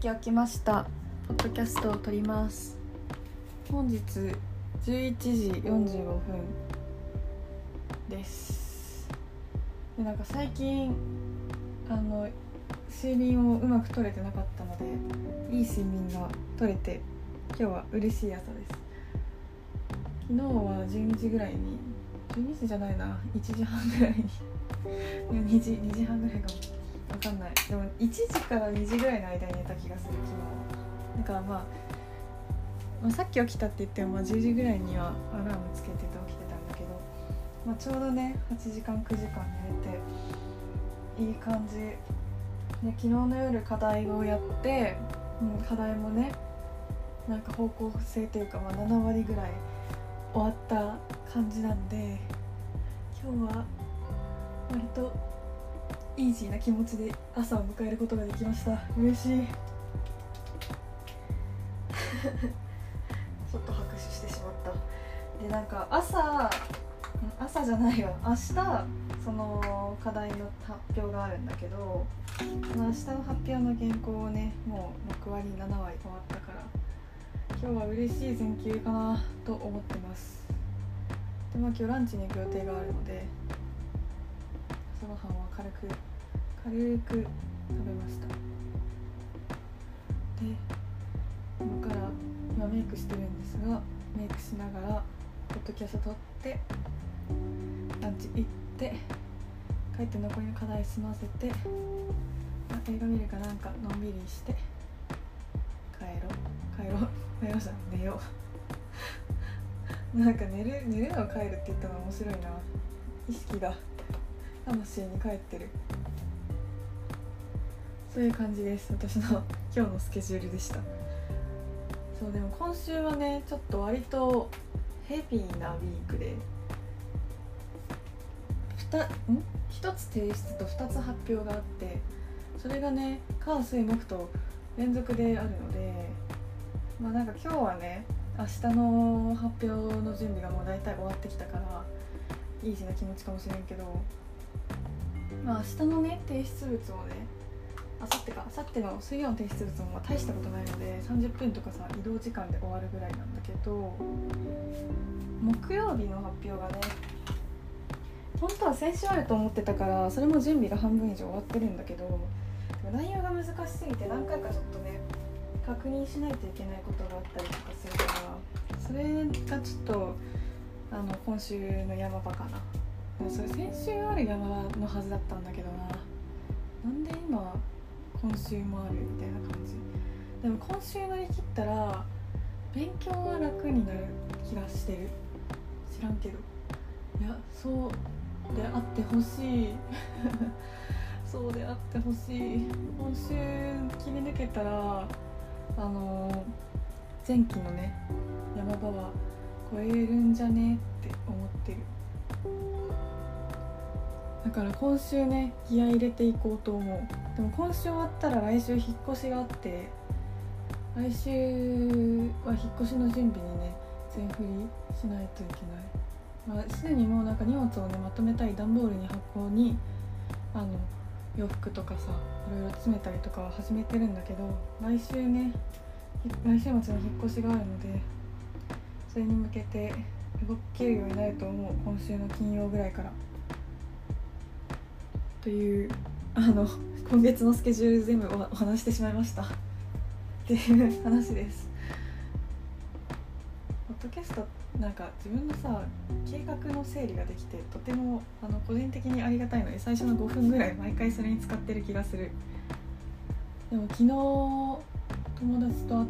き起きました。ポッドキャストを撮ります。本日11時45分です。でなんか最近睡眠をうまく取れてなかったので、いい睡眠が取れて今日は嬉しい朝です。昨日は12時ぐらいに、12時じゃないな、1時半ぐらいに2時半ぐらいかもわかんない。でも1時から2時ぐらいの間に寝た気がする、昨日。だからまあさっき起きたって言っても10時ぐらいにはアラームつけてて起きてたんだけど、ちょうどね8時間9時間寝れていい感じで、昨日の夜課題をやって、課題もねなんか方向性というか、7割ぐらい終わった感じなんで、今日は割とイージーな気持ちで朝を迎えることができました。嬉しいちょっと拍手してしまった。でなんか朝じゃないわ、明日その課題の発表があるんだけど、明日の発表の原稿をねもう6割7割終わったから、今日は嬉しい全休かなと思ってます。で今日ランチに行く予定があるので、朝ごはんは軽く食べました。で今メイクしてるんですが、メイクしながらポッドキャスト撮ってランチ行って帰って残りの課題済ませて、映画見るかなんかのんびりして帰ろう寝ようなんか寝るのを帰るって言ったの面白いな。意識が魂に帰ってる。そういう感じです。私の今日のスケジュールでした。そうでも今週はねちょっと割とヘビーなウィークで、1つ提出と2つ発表があって、それがね火水木と連続であるので、なんか今日はね明日の発表の準備がもう大体終わってきたからいい日な気持ちかもしれんけど、明日のね提出物をね、明後日の水曜の提出物も大したことないので30分とかさ移動時間で終わるぐらいなんだけど、木曜日の発表がね本当は先週あると思ってたから、それも準備が半分以上終わってるんだけど、内容が難しすぎて何回かちょっとね確認しないといけないことがあったりとかするから、それがちょっと今週の山場かな。それ先週ある山のはずだったんだけどなんで今週もあるみたいな感じ。でも今週乗り切ったら勉強は楽になる気がしてる。知らんけど、いやそうであってほしいそうであってほしい。今週切り抜けたら前期のね山場は超えるんじゃねって思ってる。だから今週ね気合い入れていこうと思う。でも今週終わったら来週引っ越しがあって、来週は引っ越しの準備にね全振りしないといけない。すでにもうなんか荷物をねまとめたい段ボールに箱に洋服とかさいろいろ詰めたりとかは始めてるんだけど、来週末に引っ越しがあるので、それに向けて動けるようになると思う。今週の金曜ぐらいからという今月のスケジュール全部お話してしまいましたっていう話です。ポッドキャストなんか自分のさ計画の整理ができてとても個人的にありがたいので、最初の5分ぐらい毎回それに使ってる気がする。でも昨日友達と会って、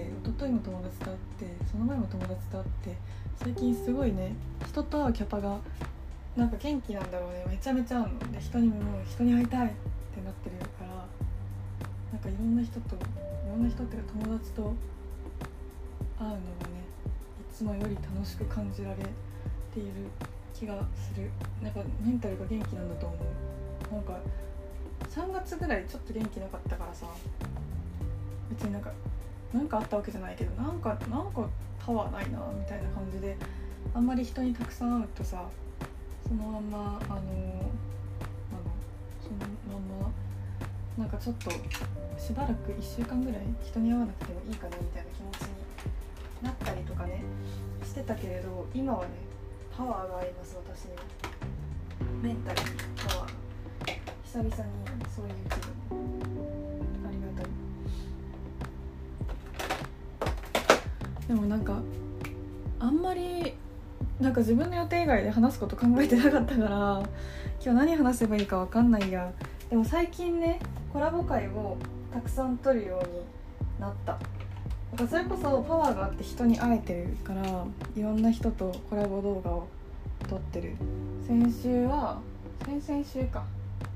一昨日も友達と会って、その前も友達と会って、最近すごいね人と会うキャパがなんか元気なんだろうね。めちゃめちゃ会うので、人に会いたいってなってるから、なんかいろんな人っていうか友達と会うのがねいつもより楽しく感じられている気がする。なんかメンタルが元気なんだと思う。なんか3月ぐらいちょっと元気なかったからさ、別になんかあったわけじゃないけど、なんかパワーないなみたいな感じで、あんまり人にたくさん会うとさ、そのまんまなんかちょっとしばらく1週間ぐらい人に会わなくてもいいかなみたいな気持ちになったりとかねしてたけれど、今はねパワーがあります。私にはメンタルにパワーが、久々にそういう気分、ありがたい。でもなんかあんまりなんか自分の予定以外で話すこと考えてなかったから、今日何話せばいいか分かんないや。でも最近ねコラボ会をたくさん撮るようになった。だからそれこそパワーがあって人に会えてるから、いろんな人とコラボ動画を撮ってる。先週は先週だ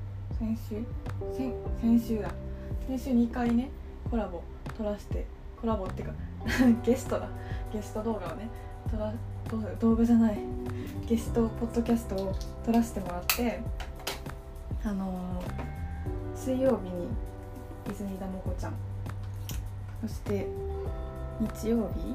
先週2回ねコラボ撮らせて、コラボっていうかゲスト動画をね動画じゃないゲストポッドキャストを撮らせてもらって、水曜日に泉田もこちゃん、そして土曜日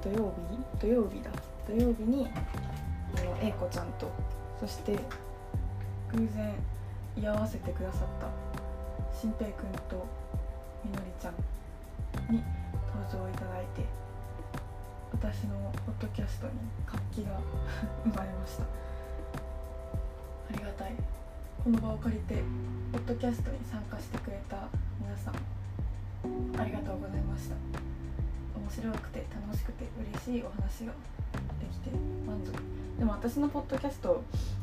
に英子ちゃんと、そして偶然居合わせてくださった新平くんとみのりちゃんに登場いただいて、私のポッドキャストに活気が生まれました。ありがたい。この場を借りてポッドキャストに参加してくれた皆さんありがとうございました。面白くて楽しくて嬉しいお話ができて満足。でも私のポッドキャスト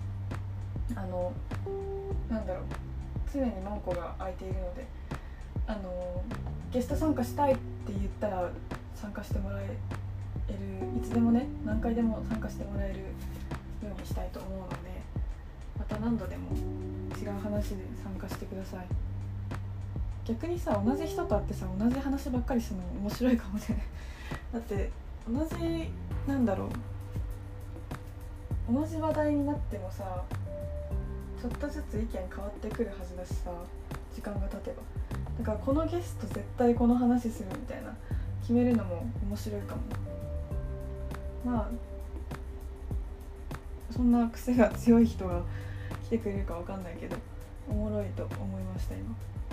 なんだろう、常に門戸が開いているので、ゲスト参加したいって言ったら参加してもらえる、いつでもね何回でも参加してもらえるようにしたいと思うので、また何度でも違う話で参加してください。逆にさ、同じ人と会ってさ同じ話ばっかりするの面白いかもしれないだって同じ話題になってもさ、ちょっとずつ意見変わってくるはずだしさ、時間が経てば。だからこのゲスト絶対この話するみたいな決めるのも面白いかも。まあそんな癖が強い人が来てくれるかわかんないけど、おもろいと思いました今。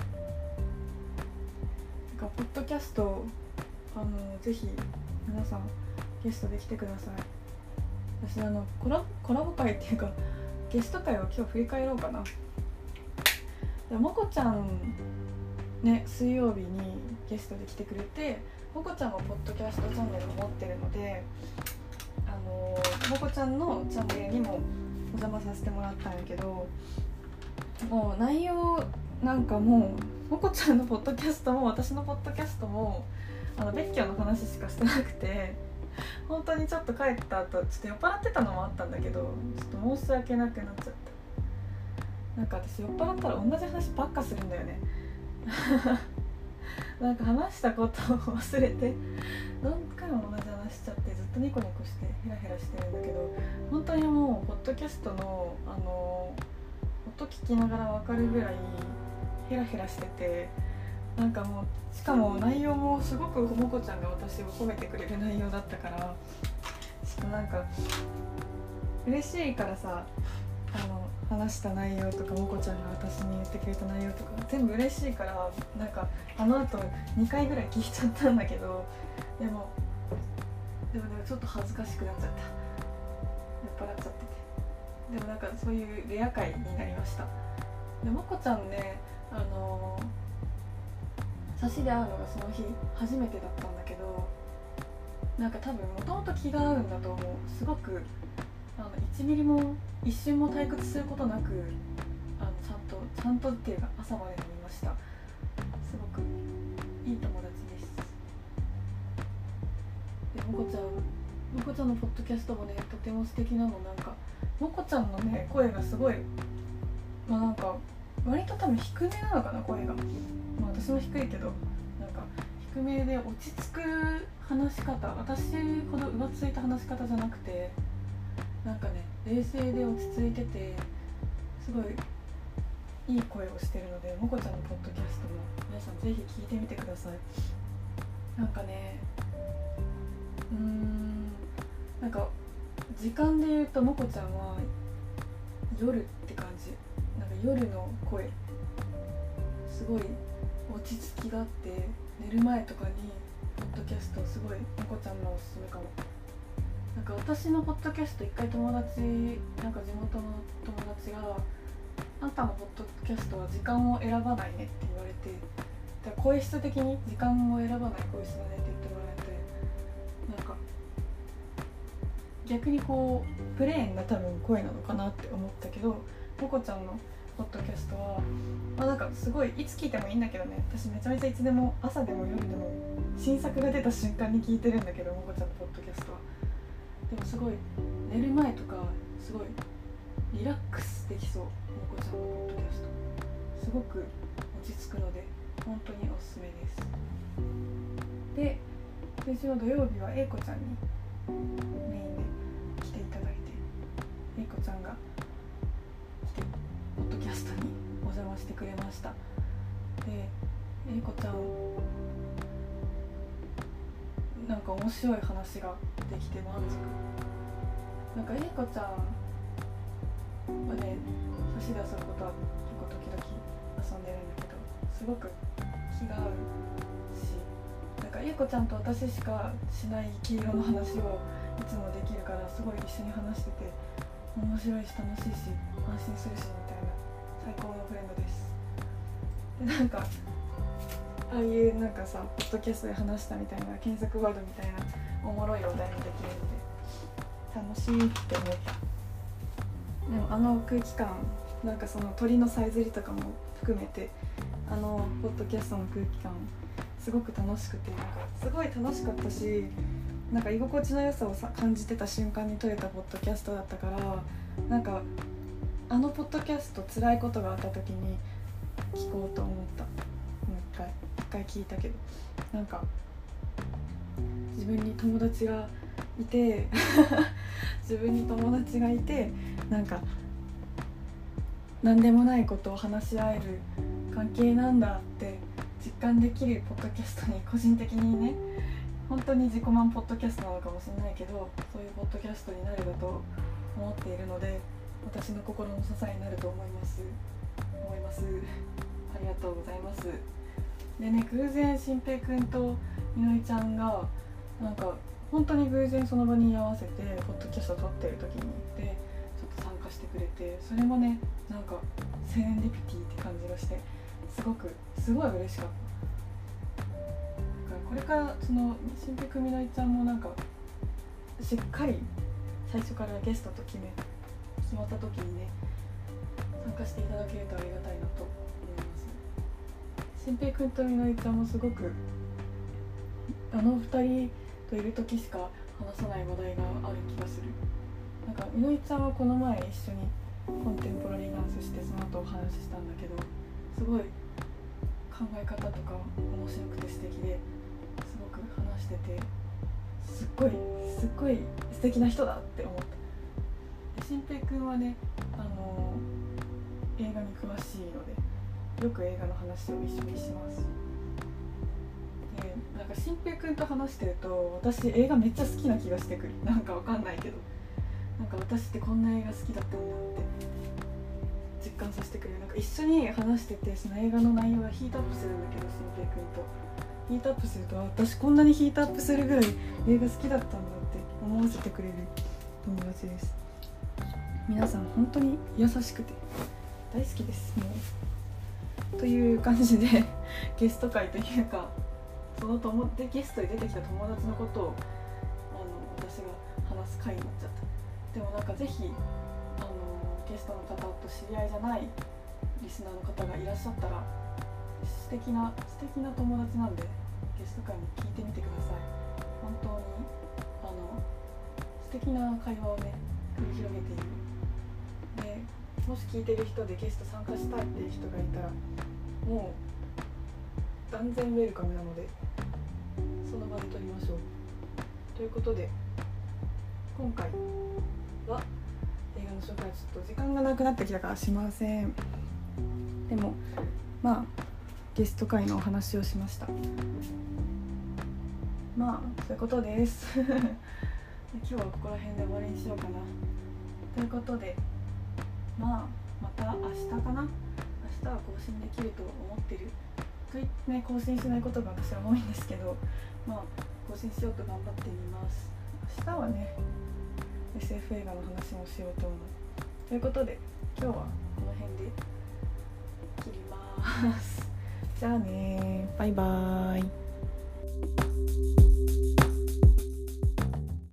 なんかポッドキャストぜひ皆さんゲストで来てください。私コラボ会っていうかゲスト会を今日振り返ろうかな。もこちゃんね、水曜日にゲストで来てくれて、もこちゃんもポッドキャストチャンネルを持ってるので、もこちゃんのチャンネルにもお邪魔させてもらったんやけど、もう内容なんかもうもこちゃんのポッドキャストも私のポッドキャストも別居の話しかしてなくて、本当にちょっと帰った後ちょっと酔っ払ってたのもあったんだけど、ちょっと申し訳なくなっちゃった。なんか私酔っ払ったら同じ話ばっかするんだよねなんか話したことを忘れて何回も同じ話しちゃって、ずっとニコニコしてヘラヘラしてるんだけど、本当にもうポッドキャストの音聞きながら分かるぐらいヘラヘラしてて、なんかもうしかも内容もすごくもこちゃんが私を褒めてくれる内容だったから、ちょっとなんか嬉しいからさ、話した内容とかもこちゃんが私に言ってくれた内容とか全部嬉しいから、なんかあの後2回ぐらい聞いちゃったんだけど、でもちょっと恥ずかしくなっちゃった、酔っ払っちゃってて。でもなんかそういうレア回になりました。でもこちゃんね、差しで会うのがその日初めてだったんだけど、なんか多分もともと気が合うんだと思う。すごく1ミリも一瞬も退屈することなくちゃんとっていうか朝まで飲みました。すごくいい友達です。でもこちゃんのポッドキャストもねとても素敵なの。なんかもこちゃんのね声がすごい、なんか割と多分低めなのかな声が。私も低いけどなんか低めで落ち着く話し方、私ほど浮ついた話し方じゃなくて、なんかね冷静で落ち着いててすごいいい声をしてるので、もこちゃんのポッドキャストも皆さんぜひ聞いてみてください。なんかねなんか時間で言うともこちゃんは夜って感じ。なんか夜の声、 すごい落ち着きがあって、寝る前とかにポッドキャストすごいもこちゃんのおすすめかも。なんか私のポッドキャスト一回友達、なんか地元の友達があんたのポッドキャストは時間を選ばないねって言われて、だから声質的に時間を選ばない声質だねって言ってもらえて、なんか逆にこうプレーンな多分声なのかなって思ったけど、もこちゃんのポッドキャストは、まあ、なんかすごいいつ聞いてもいいんだけどね、私めちゃめちゃいつでも朝でも夜でも新作が出た瞬間に聞いてるんだけど、もこちゃんのポッドキャストはでもすごい寝る前とかすごいリラックスできそう。もこちゃんのポッドキャストすごく落ち着くので本当におすすめです。で、先週の土曜日はA子ちゃんにメインで来ていただいて、A子ちゃんが来てポッドキャストにお邪魔してくれました。で、A子ちゃんなんか面白い話ができて満足。なんかA子ちゃんはね、差しで遊ぶことは結構時々遊んでるんだけど、すごく気が合うし、なんかA子ちゃんと私しかしない黄色の話をいつもできるから、すごい一緒に話してて面白いし楽しいし安心するしみたいな最高のフレンドです。で、なんかああいうなんかさ、ポッドキャストで話したみたいな検索ワードみたいなおもろいお題もできるので楽しいって思った。でもあの空気感、なんかその鳥のさえずりとかも含めて、あのポッドキャストの空気感すごく楽しくて、なんかすごい楽しかったし、なんか居心地の良さを感じてた瞬間に撮れたポッドキャストだったから、なんかあのポッドキャスト辛いことがあった時に聞こうと思った。もう一回聞いたけど、なんか自分に友達がいてなんか何でもないことを話し合える関係なんだって実感できるポッドキャストに、個人的にね、本当に自己満ポッドキャストなのかもしれないけど、そういうポッドキャストになればと思っているので、私の心の支えになると思います。ありがとうございます。でね、偶然新平くんとみのりちゃんがなんか本当に偶然その場に居合わせてポッドキャスト撮ってる時に行ってちょっと参加してくれて、それもね、なんかセレンディピティって感じがしてすごい嬉しかった。だからこれからその新平くんみのりちゃんもなんかしっかり最初からゲストと決まった時にね、参加していただけるとありがたいなと思います。新平くんとみのりちゃんもすごくあの2人といる時しか話さない話題がある気がする。なんかみのりちゃんはこの前一緒にコンテンポラリーダンスしてその後お話ししたんだけど、すごい考え方とか面白くて素敵ですごく話してて、すっごい素敵な人だって思った。で、新平くんはね、映画に詳しいのでよく映画の話を一緒にします。で、なんか新平くんと話してると私映画めっちゃ好きな気がしてくる。なんかわかんないけど、なんか私ってこんな映画好きだったんだって実感させてくれる。なんか一緒に話してて、その映画の内容がヒートアップするんだけど、新平くんとヒートアップすると、私こんなにヒートアップするぐらい映画好きだったんだって思わせてくれる友達です。皆さん本当に優しくて大好きです。もうという感じでゲスト会というか、そのゲストに出てきた友達のことを私が話す会になっちゃった。でもなんかぜひゲストの方と知り合いじゃないリスナーの方がいらっしゃったら、素敵な友達なんでゲスト会に聞いてみてください。本当に素敵な会話をね繰り広げている。で、もし聞いてる人でゲスト参加したいっていう人がいたら、もう断然ウェルカムなのでその場で撮りましょう。ということで今回は映画の紹介はちょっと時間がなくなってきたからしません。でもまあゲスト会のお話をしました。まあそういうことです今日はここら辺で終わりにしようかな。ということで、また明日かな。明日日は更新できると思ってると言ってね、更新しないことが私は多いんですけど、まあ更新しようと頑張ってみます。明日はね SF 映画の話もしようと思うということで、今日はこの辺で切ります。じゃあね、バイバーイ。